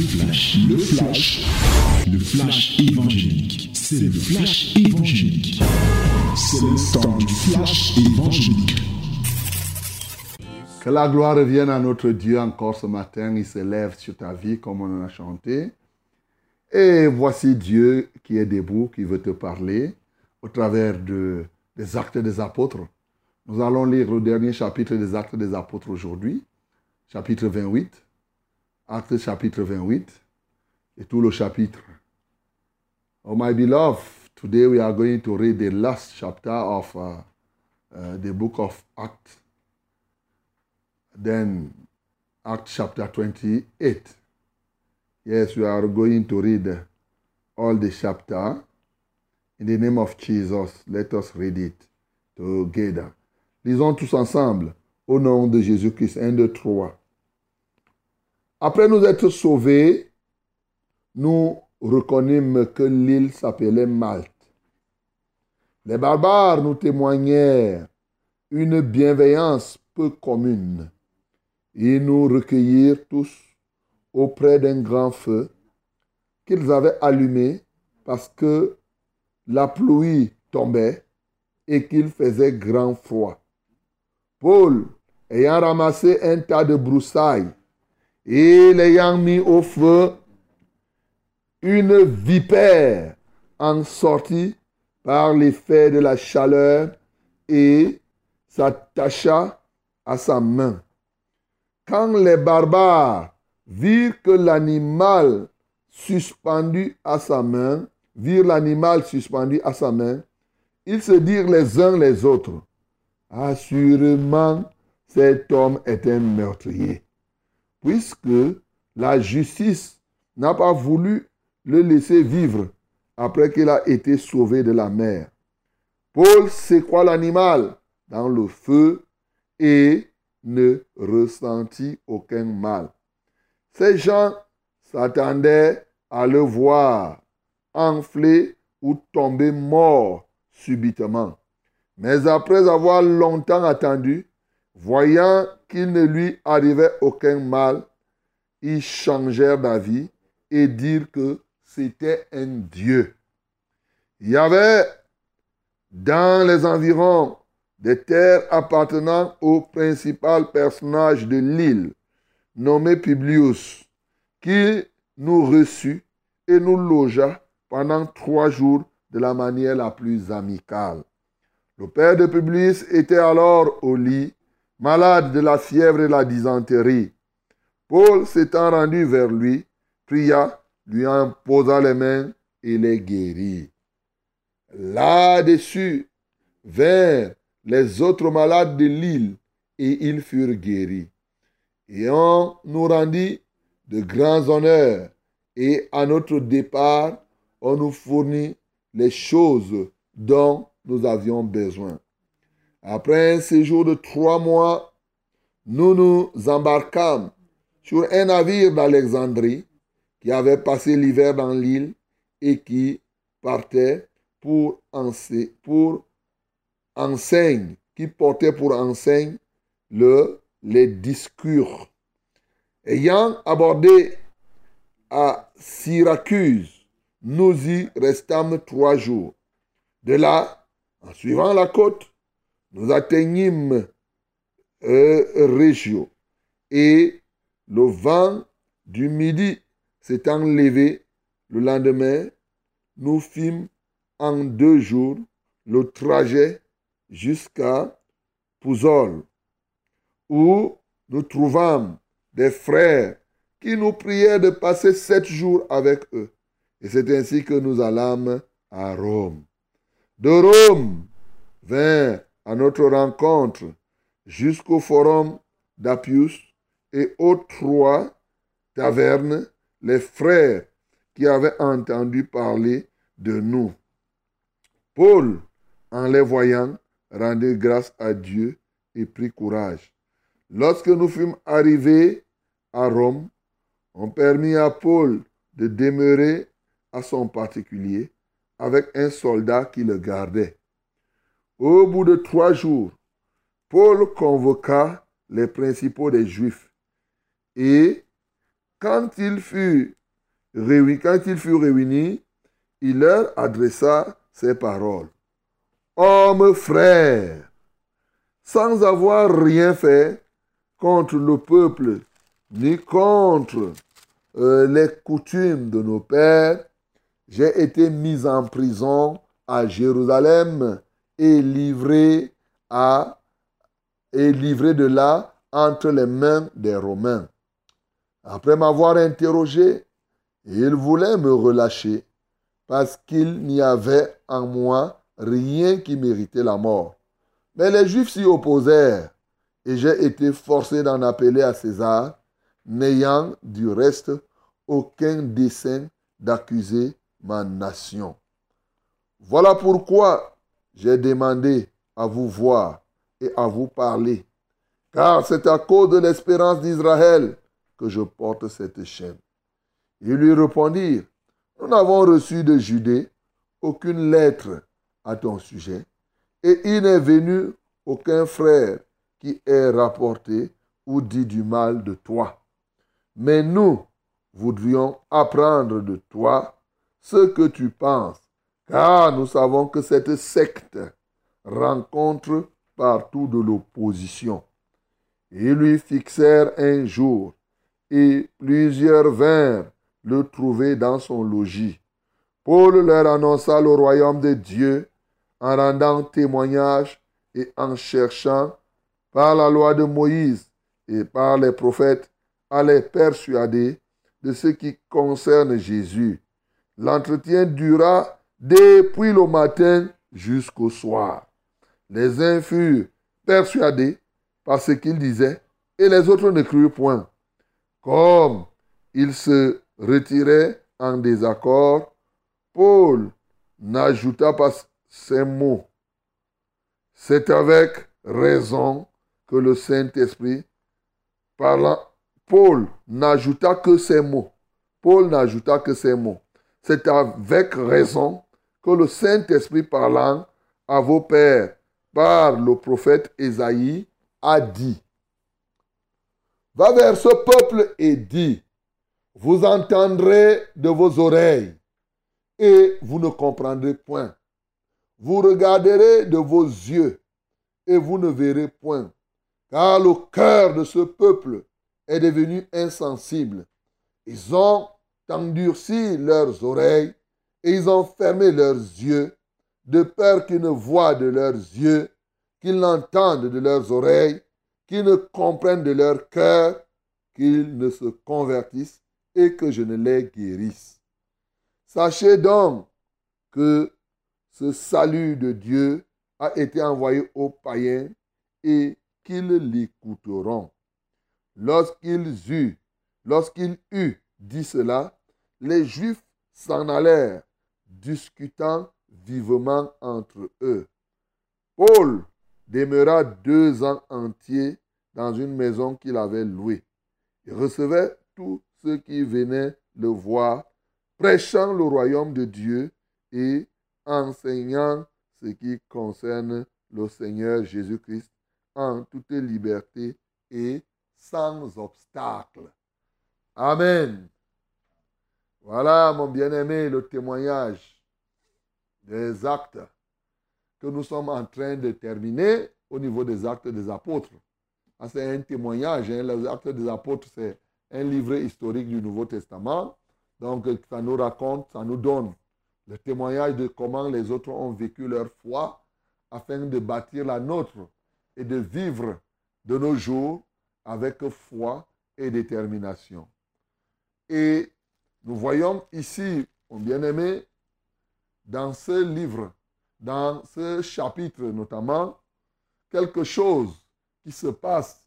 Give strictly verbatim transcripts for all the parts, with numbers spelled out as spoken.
flash, le flash, le flash évangélique. C'est le flash évangélique. C'est le temps du flash évangélique. Que la gloire revienne à notre Dieu encore ce matin. Il s'élève sur ta vie comme on en a chanté. Et voici Dieu qui est debout, qui veut te parler au travers de, des Actes des Apôtres. Nous allons lire le dernier chapitre des Actes des Apôtres aujourd'hui, chapitre vingt-huit. Actes chapitre vingt-huit et tout le chapitre. Oh my beloved, today we are going to read the last chapter of uh, uh, the book of Acts. Then Acts chapter twenty-eight. Yes, we are going to read all the chapter. In the name of Jesus, let us read it together. Lisons tous ensemble au nom de Jésus-Christ. un, deux, trois. Après nous être sauvés, nous reconnûmes que l'île s'appelait Malte. Les barbares nous témoignèrent une bienveillance peu commune. Ils nous recueillirent tous auprès d'un grand feu qu'ils avaient allumé parce que la pluie tombait et qu'il faisait grand froid. Paul, ayant ramassé un tas de broussailles, et l'ayant mis au feu, une vipère en sortit par l'effet de la chaleur et s'attacha à sa main. Quand les barbares virent que l'animal suspendu à sa main, virent l'animal suspendu à sa main, ils se dirent les uns les autres, « Assurément, cet homme est un meurtrier. » Puisque la justice n'a pas voulu le laisser vivre après qu'il a été sauvé de la mer. Paul secoua l'animal dans le feu et ne ressentit aucun mal. Ces gens s'attendaient à le voir enfler ou tomber mort subitement. Mais après avoir longtemps attendu, voyant qu'il ne lui arrivait aucun mal, ils changèrent d'avis et dirent que c'était un dieu. Il y avait dans les environs des terres appartenant au principal personnage de l'île, nommé Publius, qui nous reçut et nous logea pendant trois jours de la manière la plus amicale. Le père de Publius était alors au lit, malade de la fièvre et de la dysenterie. Paul, s'étant rendu vers lui, pria, lui imposa les mains et les guérit. Là-dessus vinrent les autres malades de l'île et ils furent guéris. Et on nous rendit de grands honneurs et à notre départ, on nous fournit les choses dont nous avions besoin. Après un séjour de trois mois, nous nous embarquâmes sur un navire d'Alexandrie qui avait passé l'hiver dans l'île et qui partait pour, ense- pour enseigne, qui portait pour enseigne le, les discours. Ayant abordé à Syracuse, nous y restâmes trois jours. De là, en suivant la côte, nous atteignîmes euh, Régio et le vent du midi s'étant levé le lendemain, nous fîmes en deux jours le trajet jusqu'à Pouzol, où nous trouvâmes des frères qui nous prièrent de passer sept jours avec eux. Et c'est ainsi que nous allâmes à Rome. De Rome, vint à notre rencontre jusqu'au forum d'Appius et aux trois tavernes les frères qui avaient entendu parler de nous. Paul, en les voyant, rendit grâce à Dieu et prit courage. Lorsque nous fûmes arrivés à Rome, on permit à Paul de demeurer à son particulier avec un soldat qui le gardait. Au bout de trois jours, Paul convoqua les principaux des Juifs et, quand il fut réunis, quand ils furent réunis, il leur adressa ces paroles. Hommes frères, sans avoir rien fait contre le peuple, ni contre euh, les coutumes de nos pères, j'ai été mis en prison à Jérusalem et livré, à, et livré de là entre les mains des Romains. Après m'avoir interrogé, ils voulaient me relâcher parce qu'il n'y avait en moi rien qui méritait la mort. Mais les Juifs s'y opposèrent et j'ai été forcé d'en appeler à César, n'ayant du reste aucun dessein d'accuser ma nation. Voilà pourquoi j'ai demandé à vous voir et à vous parler, car c'est à cause de l'espérance d'Israël que je porte cette chaîne. Ils lui répondirent, nous n'avons reçu de Judée aucune lettre à ton sujet, et il n'est venu aucun frère qui ait rapporté ou dit du mal de toi. Mais nous voudrions apprendre de toi ce que tu penses, car nous savons que cette secte rencontre partout de l'opposition. Ils lui fixèrent un jour, et plusieurs vinrent le trouver dans son logis. Paul leur annonça le royaume de Dieu en rendant témoignage et en cherchant par la loi de Moïse et par les prophètes à les persuader de ce qui concerne Jésus. L'entretien dura depuis le matin jusqu'au soir. Les uns furent persuadés par ce qu'il disait et les autres ne crurent point. Comme ils se retiraient en désaccord, Paul n'ajouta pas ces mots. C'est avec raison que le Saint-Esprit parlant. Paul n'ajouta que ces mots. Paul n'ajouta que ces mots. C'est avec raison que le Saint-Esprit parlant à vos pères par le prophète Ésaïe a dit. Va vers ce peuple et dis, vous entendrez de vos oreilles et vous ne comprendrez point. Vous regarderez de vos yeux et vous ne verrez point. Car le cœur de ce peuple est devenu insensible. Ils ont endurci leurs oreilles et ils ont fermé leurs yeux, de peur qu'ils ne voient de leurs yeux, qu'ils n'entendent de leurs oreilles, qu'ils ne comprennent de leur cœur, qu'ils ne se convertissent et que je ne les guérisse. Sachez donc que ce salut de Dieu a été envoyé aux païens et qu'ils l'écouteront. Lorsqu'ils eurent, lorsqu'il eut dit cela, les Juifs s'en allèrent, discutant vivement entre eux. Paul demeura deux ans entiers dans une maison qu'il avait louée. Il recevait tous ceux qui venaient le voir, prêchant le royaume de Dieu et enseignant ce qui concerne le Seigneur Jésus-Christ en toute liberté et sans obstacle. Amen. Voilà, mon bien-aimé, le témoignage des actes que nous sommes en train de terminer au niveau des actes des apôtres. Ah, c'est un témoignage, hein. Les actes des apôtres, c'est un livret historique du Nouveau Testament. Donc, ça nous raconte, ça nous donne le témoignage de comment les autres ont vécu leur foi afin de bâtir la nôtre et de vivre de nos jours avec foi et détermination. Et nous voyons ici, mon bien-aimé, dans ce livre, dans ce chapitre notamment, quelque chose qui se passe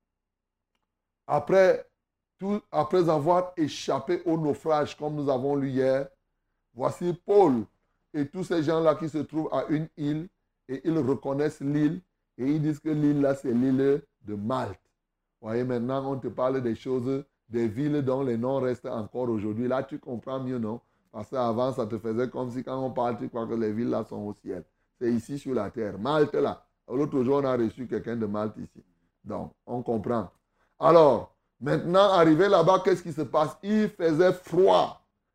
après, tout, après avoir échappé au naufrage, comme nous avons lu hier. Voici Paul et tous ces gens-là qui se trouvent à une île et ils reconnaissent l'île et ils disent que l'île là, c'est l'île de Malte. Vous voyez, maintenant, on te parle des choses, des villes dont les noms restent encore aujourd'hui. Là, tu comprends mieux, non? Parce qu'avant, ça te faisait comme si quand on parle, tu crois que les villes là sont au ciel. C'est ici sur la terre. Malte là. L'autre jour, on a reçu quelqu'un de Malte ici. Donc, on comprend. Alors, maintenant, arrivé là-bas, qu'est-ce qui se passe? Il faisait froid.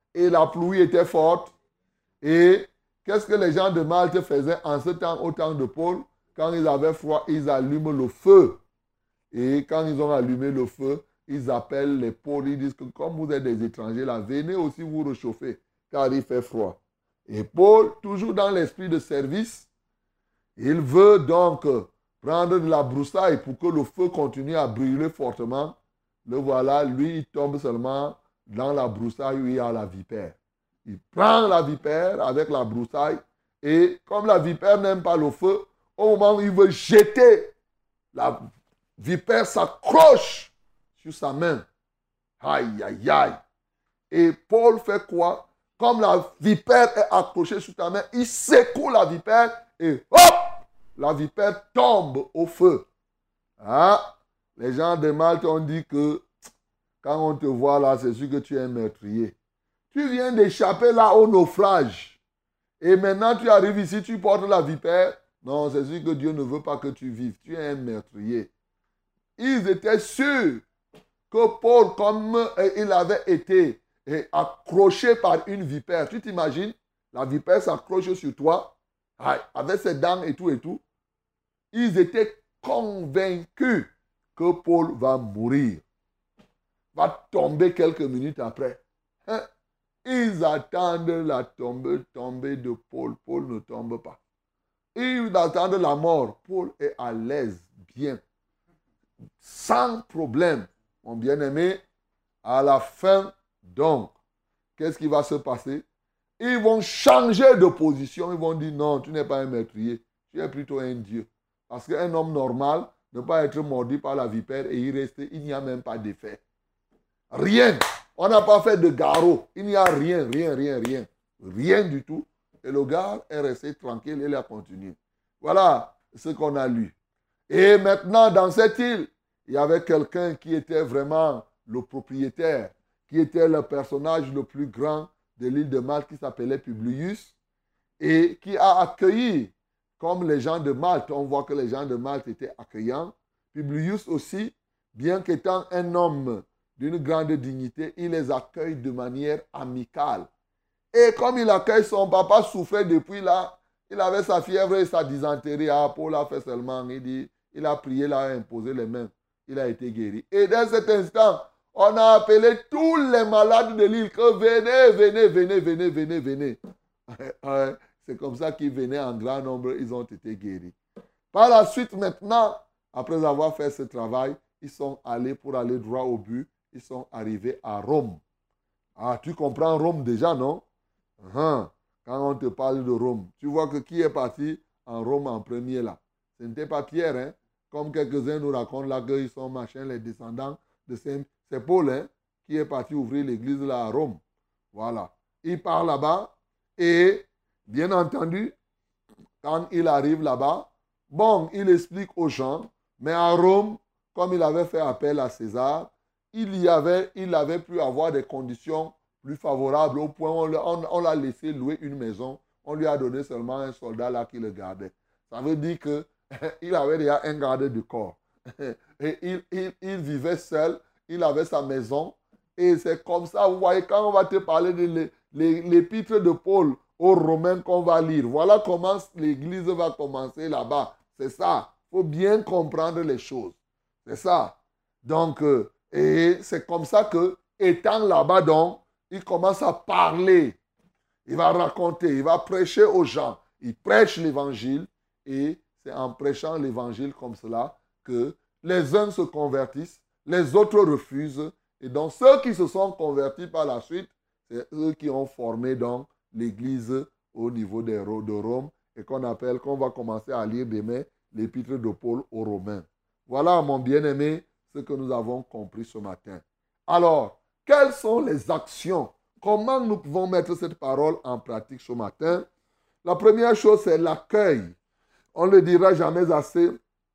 et la pluie était forte. Et qu'est-ce que les gens de Malte faisaient en ce temps, au temps de Paul? Quand ils avaient froid, ils allument le feu. Et quand ils ont allumé le feu, ils appellent les Pauls, ils disent que comme vous êtes des étrangers là, venez aussi vous réchauffer, car il fait froid. Et Paul, toujours dans l'esprit de service, il veut donc prendre de la broussaille pour que le feu continue à brûler fortement. Le voilà, lui, il tombe seulement dans la broussaille où il y a la vipère. Il prend la vipère avec la broussaille et comme la vipère n'aime pas le feu, au moment où il veut jeter, la vipère s'accroche sur sa main. Aïe, aïe, aïe. Et Paul fait quoi? Comme la vipère est accrochée sur ta main, il secoue la vipère et hop, la vipère tombe au feu. Ah, les gens de Malte ont dit que quand on te voit là, c'est sûr que tu es un meurtrier. Tu viens d'échapper là au naufrage. Et maintenant tu arrives ici, tu portes la vipère. Non, c'est sûr que Dieu ne veut pas que tu vives. Tu es un meurtrier. Ils étaient sûrs que Paul, comme il avait été accroché par une vipère, tu t'imagines, la vipère s'accroche sur toi, avec ses dents et tout et tout. Ils étaient convaincus que Paul va mourir, va tomber quelques minutes après. Hein? Ils attendent la tombée, tombée de Paul. Paul ne tombe pas. Ils attendent la mort. Paul est à l'aise, bien, sans problème. Mon bien-aimé, à la fin, donc, qu'est-ce qui va se passer? Ils vont changer de position. Ils vont dire non, tu n'es pas un meurtrier. Tu es plutôt un Dieu. Parce qu'un homme normal ne peut pas être mordu par la vipère et y rester. Il n'y a même pas d'effet. Rien. On n'a pas fait de garrot. Il n'y a rien, rien, rien, rien. Rien du tout. Et le gars est resté tranquille et il a continué. Voilà ce qu'on a lu. Et maintenant, dans cette île, il y avait quelqu'un qui était vraiment le propriétaire, qui était le personnage le plus grand de l'île de Malte, qui s'appelait Publius, et qui a accueilli, comme les gens de Malte, on voit que les gens de Malte étaient accueillants. Publius aussi, bien qu'étant un homme d'une grande dignité, il les accueille de manière amicale. Et comme il accueille son papa, souffrait depuis là, il avait sa fièvre et sa dysenterie. Ah, Paul a fait seulement, il dit, il a prié là, a imposé les mains. Il a été guéri. Et dès cet instant, on a appelé tous les malades de l'île que venez, venez, venez, venez, venez, venez. C'est comme ça qu'ils venaient en grand nombre, ils ont été guéris. Par la suite, maintenant, après avoir fait ce travail, ils sont allés pour aller droit au but. Ils sont arrivés à Rome. Ah, tu comprends Rome déjà, non? Uh-huh. Quand on te parle de Rome, tu vois que qui est parti en Rome en premier là? Ce n'était pas Pierre, hein? Comme quelques-uns nous racontent là qu'ils sont machin, les descendants de Saint... C'est Paul, hein, qui est parti ouvrir l'église là à Rome. Voilà. Il part là-bas et, bien entendu, quand il arrive là-bas, bon, il explique aux gens, mais à Rome, comme il avait fait appel à César, il y avait, il avait pu avoir des conditions plus favorables au point où on, on, on l'a laissé louer une maison. On lui a donné seulement un soldat là qui le gardait. Ça veut dire que il avait déjà un garde du corps. Et il, il, il vivait seul, il avait sa maison. Et c'est comme ça, vous voyez, quand on va te parler de l'épître de Paul aux Romains qu'on va lire, voilà comment l'église va commencer là-bas. C'est ça. Il faut bien comprendre les choses. C'est ça. Donc, euh, et c'est comme ça que, étant là-bas, donc, il commence à parler. Il va raconter, il va prêcher aux gens. Il prêche l'évangile et c'est en prêchant l'évangile comme cela que les uns se convertissent, les autres refusent. Et donc, ceux qui se sont convertis par la suite, c'est eux qui ont formé donc l'église au niveau de Rome et qu'on appelle, qu'on va commencer à lire demain, l'épître de Paul aux Romains. Voilà, mon bien-aimé, ce que nous avons compris ce matin. Alors, quelles sont les actions? Comment nous pouvons mettre cette parole en pratique ce matin? La première chose, c'est l'accueil. On ne le dira jamais assez.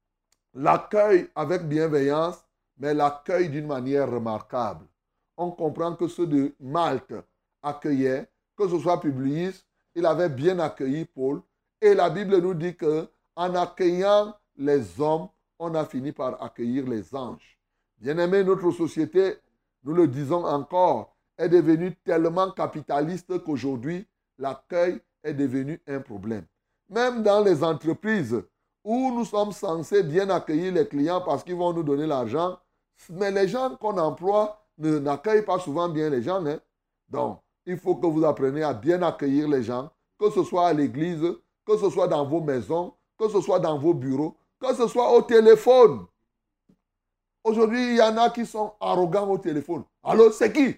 L'accueil avec bienveillance, mais l'accueil d'une manière remarquable. On comprend que ceux de Malte accueillaient, que ce soit Publius, il avait bien accueilli Paul. Et la Bible nous dit qu'en accueillant les hommes, on a fini par accueillir les anges. Bien-aimé, notre société, nous le disons encore, est devenu tellement capitaliste qu'aujourd'hui, l'accueil est devenu un problème. Même dans les entreprises où nous sommes censés bien accueillir les clients parce qu'ils vont nous donner l'argent, mais les gens qu'on emploie ne, n'accueillent pas souvent bien les gens. Hein? Donc, il faut que vous appreniez à bien accueillir les gens, que ce soit à l'église, que ce soit dans vos maisons, que ce soit dans vos bureaux, que ce soit au téléphone. Aujourd'hui, il y en a qui sont arrogants au téléphone. Allô, c'est qui?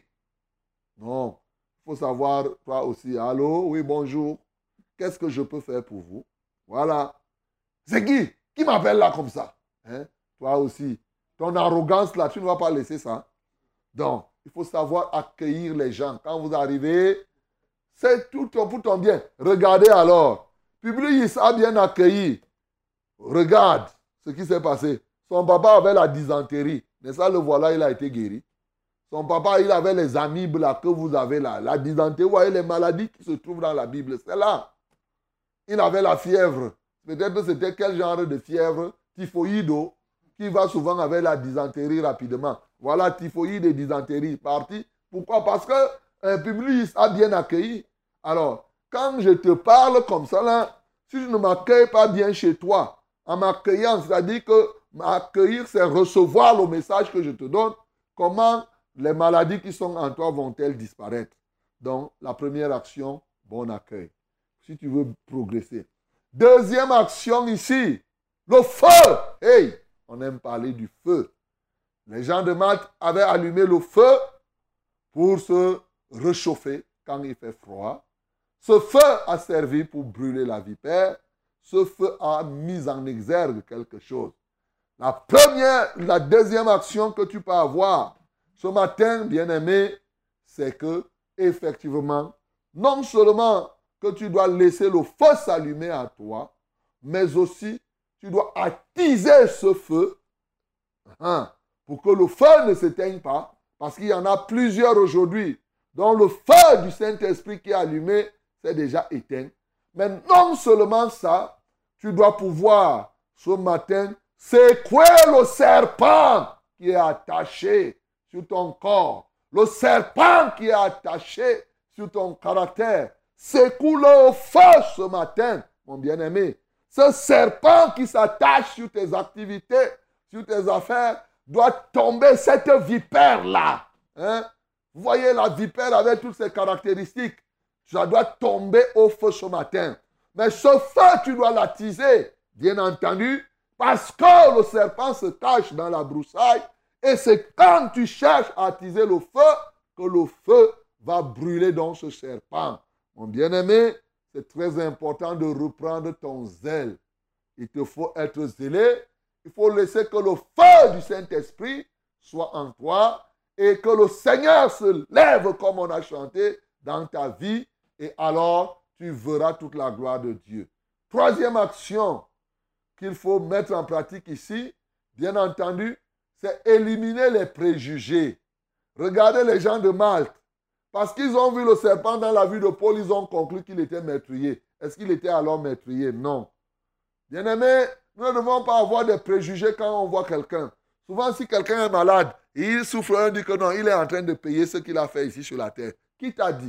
Non, il faut savoir, toi aussi, allô, oui, bonjour. Qu'est-ce que je peux faire pour vous? Voilà. C'est qui? Qui m'appelle là comme ça? Hein? Toi aussi. Ton arrogance là, tu ne vas pas laisser ça. Donc, il faut savoir accueillir les gens. Quand vous arrivez, c'est tout pour ton bien. Regardez alors. Publius a bien accueilli. Regarde ce qui s'est passé. Son papa avait la dysenterie. Mais ça, le voilà, il a été guéri. Son papa, il avait les amibes là que vous avez là. La dysenterie, vous voyez les maladies qui se trouvent dans la Bible. C'est là. Il avait la fièvre. Peut-être que c'était quel genre de fièvre? Typhoïde, qui va souvent avec la dysenterie rapidement. Voilà, typhoïde et dysenterie. Parti. Pourquoi? Parce que un Publius a bien accueilli. Alors, quand je te parle comme ça, là, si je ne m'accueille pas bien chez toi, en m'accueillant, c'est-à-dire que m'accueillir, c'est recevoir le message que je te donne, comment les maladies qui sont en toi vont-elles disparaître? Donc, la première action, bon accueil. Si tu veux progresser. Deuxième action ici, le feu. Hey, on aime parler du feu. Les gens de Malte avaient allumé le feu pour se réchauffer quand il fait froid. Ce feu a servi pour brûler la vipère. Ce feu a mis en exergue quelque chose. La première, la deuxième action que tu peux avoir ce matin, bien-aimé, c'est que, effectivement, non seulement que tu dois laisser le feu s'allumer à toi, mais aussi tu dois attiser ce feu hein, pour que le feu ne s'éteigne pas, parce qu'il y en a plusieurs aujourd'hui dont le feu du Saint-Esprit qui est allumé s'est déjà éteint. Mais non seulement ça, tu dois pouvoir ce matin secouer le serpent qui est attaché sur ton corps, le serpent qui est attaché sur ton caractère. Secoue-le au feu ce matin, mon bien-aimé. Ce serpent qui s'attache sur tes activités, sur tes affaires, doit tomber, cette vipère-là. Hein? Vous voyez la vipère avec toutes ses caractéristiques. Ça doit tomber au feu ce matin. Mais ce feu, tu dois l'attiser, bien entendu, parce que le serpent se cache dans la broussaille. Et c'est quand tu cherches à attiser le feu que le feu va brûler dans ce serpent. Mon bien-aimé, c'est très important de reprendre ton zèle. Il te faut être zélé. Il faut laisser que le feu du Saint-Esprit soit en toi et que le Seigneur se lève comme on a chanté dans ta vie. Et alors, tu verras toute la gloire de Dieu. Troisième action qu'il faut mettre en pratique ici, bien entendu, c'est éliminer les préjugés. Regardez les gens de Malte. Parce qu'ils ont vu le serpent dans la vue de Paul, ils ont conclu qu'il était meurtrier. Est-ce qu'il était alors meurtrier? Non. Bien-aimés, nous ne devons pas avoir des préjugés quand on voit quelqu'un. Souvent, si quelqu'un est malade, et il souffre, on dit que non, il est en train de payer ce qu'il a fait ici sur la terre. Qui t'a dit?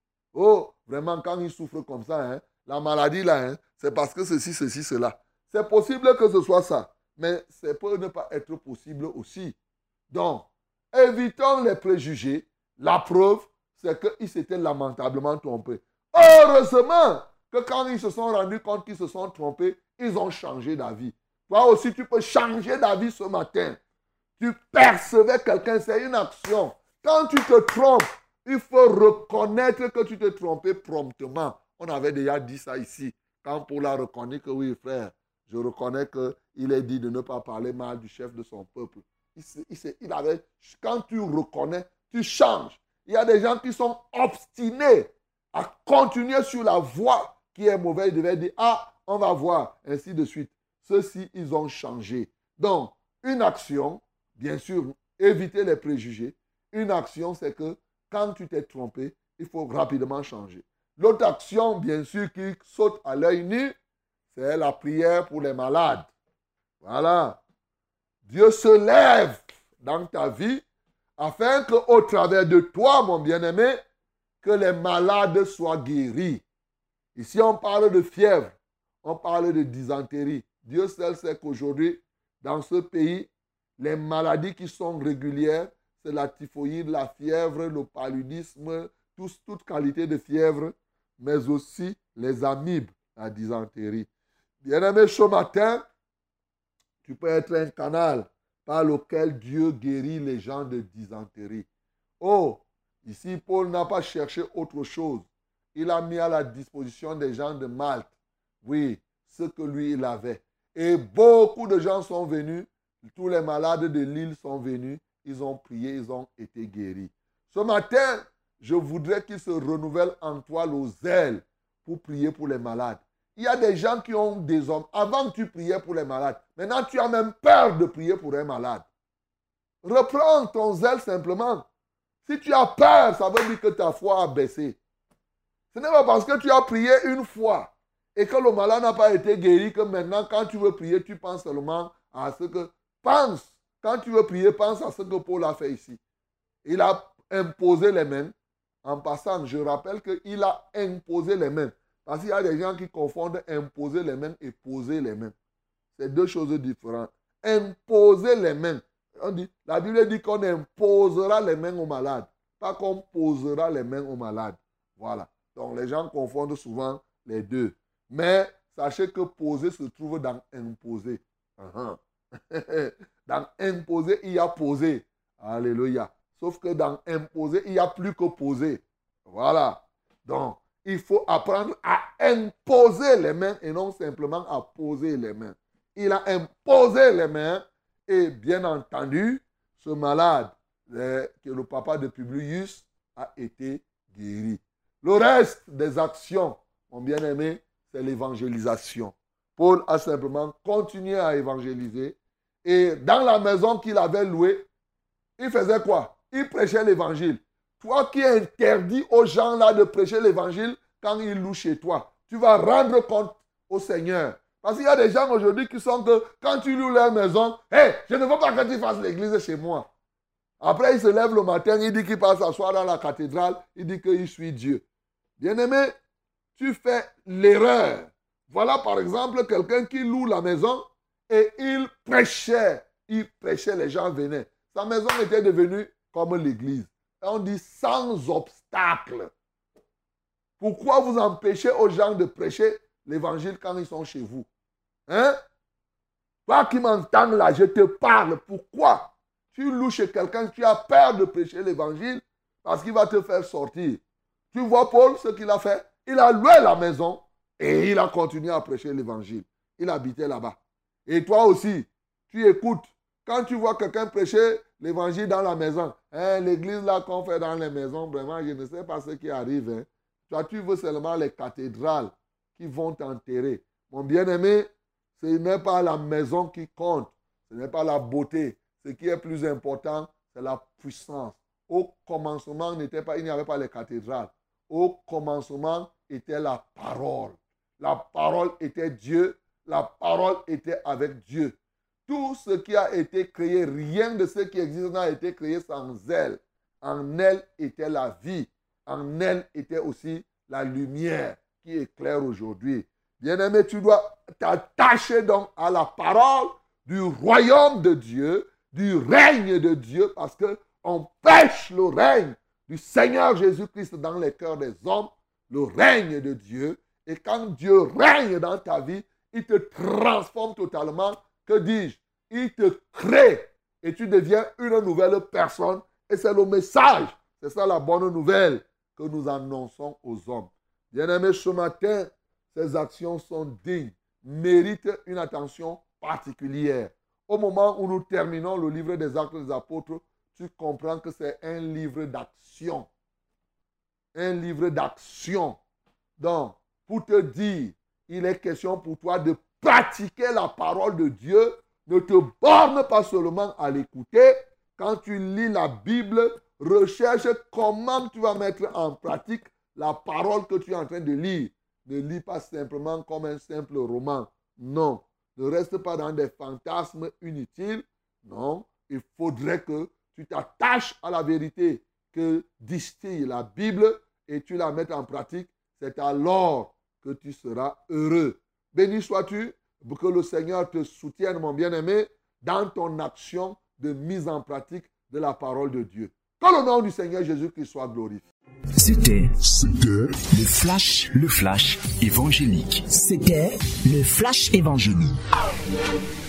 Oh, vraiment, quand il souffre comme ça, hein, la maladie là, hein, c'est parce que ceci, ceci, cela. C'est possible que ce soit ça, mais ça peut ne pas être possible aussi. Donc, évitons les préjugés. La preuve, c'est qu'ils s'étaient lamentablement trompés. Heureusement que quand ils se sont rendus compte qu'ils se sont trompés, ils ont changé d'avis. Toi aussi, tu peux changer d'avis ce matin. Tu percevais quelqu'un, c'est une action. Quand tu te trompes, il faut reconnaître que tu t'es trompé promptement. On avait déjà dit ça ici. Quand Paul a reconnu que oui, frère, je reconnais qu'il est dit de ne pas parler mal du chef de son peuple. Il, il, il avait, quand tu reconnais, tu changes. Il y a des gens qui sont obstinés à continuer sur la voie qui est mauvaise. Ils devaient dire, ah, on va voir, ainsi de suite. Ceux-ci, ils ont changé. Donc, une action, bien sûr, éviter les préjugés. Une action, c'est que quand tu t'es trompé, il faut rapidement changer. L'autre action, bien sûr, qui saute à l'œil nu, c'est la prière pour les malades. Voilà. Dieu se lève dans ta vie afin qu'au travers de toi, mon bien-aimé, que les malades soient guéris. Ici, on parle de fièvre, on parle de dysenterie. Dieu seul sait qu'aujourd'hui, dans ce pays, les maladies qui sont régulières, c'est la typhoïde, la fièvre, le paludisme, tous, toute qualité de fièvre, mais aussi les amibes, la dysenterie. Bien-aimé, ce matin, tu peux être un canal par lequel Dieu guérit les gens de dysenterie. Oh, ici, Paul n'a pas cherché autre chose. Il a mis à la disposition des gens de Malte, oui, ce que lui, il avait. Et beaucoup de gens sont venus, tous les malades de l'île sont venus, ils ont prié, ils ont été guéris. Ce matin, je voudrais qu'il se renouvelle en toi le zèle pour prier pour les malades. Il y a des gens qui ont des hommes. Avant, tu priais pour les malades. Maintenant, tu as même peur de prier pour un malade. Reprends ton zèle simplement. Si tu as peur, ça veut dire que ta foi a baissé. Ce n'est pas parce que tu as prié une fois et que le malade n'a pas été guéri que maintenant, quand tu veux prier, tu penses seulement à ce que... Pense, quand tu veux prier, pense à ce que Paul a fait ici. Il a imposé les mains. En passant, je rappelle qu'il a imposé les mains. Parce qu'il y a des gens qui confondent imposer les mains et poser les mains. C'est deux choses différentes. Imposer les mains. On dit, la Bible dit qu'on imposera les mains aux malades. Pas qu'on posera les mains aux malades. Voilà. Donc les gens confondent souvent les deux. Mais sachez que poser se trouve dans imposer. Uh-huh. Dans imposer, il y a poser. Alléluia. Sauf que dans imposer, il n'y a plus que poser. Voilà. Donc, il faut apprendre à imposer les mains et non simplement à poser les mains. Il a imposé les mains et bien entendu, ce malade, le, que le papa de Publius, a été guéri. Le reste des actions, mon bien-aimé, c'est l'évangélisation. Paul a simplement continué à évangéliser et dans la maison qu'il avait louée, il faisait quoi? Il prêchait l'évangile. Toi qui interdis aux gens là de prêcher l'évangile quand ils louent chez toi, tu vas rendre compte au Seigneur. Parce qu'il y a des gens aujourd'hui qui sont que quand tu loues leur maison, hé, hey, je ne veux pas que tu fasses l'église chez moi. Après, il se lève le matin, il dit qu'il passe s'asseoir dans la cathédrale, il dit qu'il suit Dieu. Bien-aimé, tu fais l'erreur. Voilà par exemple quelqu'un qui loue la maison et il prêchait. Il prêchait, les gens venaient. Sa maison était devenue comme l'église. Et on dit sans obstacle. Pourquoi vous empêchez aux gens de prêcher l'évangile quand ils sont chez vous? Hein? Toi qui m'entends là, je te parle. Pourquoi tu loues chez quelqu'un, tu as peur de prêcher l'évangile parce qu'il va te faire sortir? Tu vois Paul, ce qu'il a fait? Il a loué la maison et il a continué à prêcher l'évangile. Il habitait là-bas. Et toi aussi, tu écoutes. Quand tu vois quelqu'un prêcher l'évangile dans la maison, hein, l'église là qu'on fait dans les maisons, vraiment, je ne sais pas ce qui arrive. Hein. Toi, tu veux seulement les cathédrales qui vont t'enterrer. Mon bien-aimé, ce n'est pas la maison qui compte. Ce n'est pas la beauté. Ce qui est plus important, c'est la puissance. Au commencement, n'était pas, il n'y avait pas les cathédrales. Au commencement était la parole. La parole était Dieu. La parole était avec Dieu. Tout ce qui a été créé, rien de ce qui existe n'a été créé sans elle. En elle était la vie. En elle était aussi la lumière qui éclaire aujourd'hui. Bien-aimé, tu dois t'attacher donc à la parole du royaume de Dieu, du règne de Dieu, parce qu'on prêche le règne du Seigneur Jésus-Christ dans les cœurs des hommes, le règne de Dieu. Et quand Dieu règne dans ta vie, il te transforme totalement. Que dis-je? Il te crée et tu deviens une nouvelle personne. Et c'est le message. C'est ça la bonne nouvelle que nous annonçons aux hommes. Bien-aimés, ce matin, ces actions sont dignes, méritent une attention particulière. Au moment où nous terminons le livre des Actes des Apôtres, tu comprends que c'est un livre d'action. Un livre d'action. Donc, pour te dire, il est question pour toi de pratiquer la parole de Dieu. Ne te borne pas seulement à l'écouter. Quand tu lis la Bible, recherche comment tu vas mettre en pratique la parole que tu es en train de lire. Ne lis pas simplement comme un simple roman. Non. Ne reste pas dans des fantasmes inutiles. Non. Il faudrait que tu t'attaches à la vérité que distille la Bible et tu la mets en pratique, c'est alors que tu seras heureux. Béni sois-tu, que le Seigneur te soutienne, mon bien-aimé, dans ton action de mise en pratique de la parole de Dieu. Que le nom du Seigneur Jésus-Christ soit glorifié. C'était, C'était le flash, le flash évangélique. C'était le flash évangélique.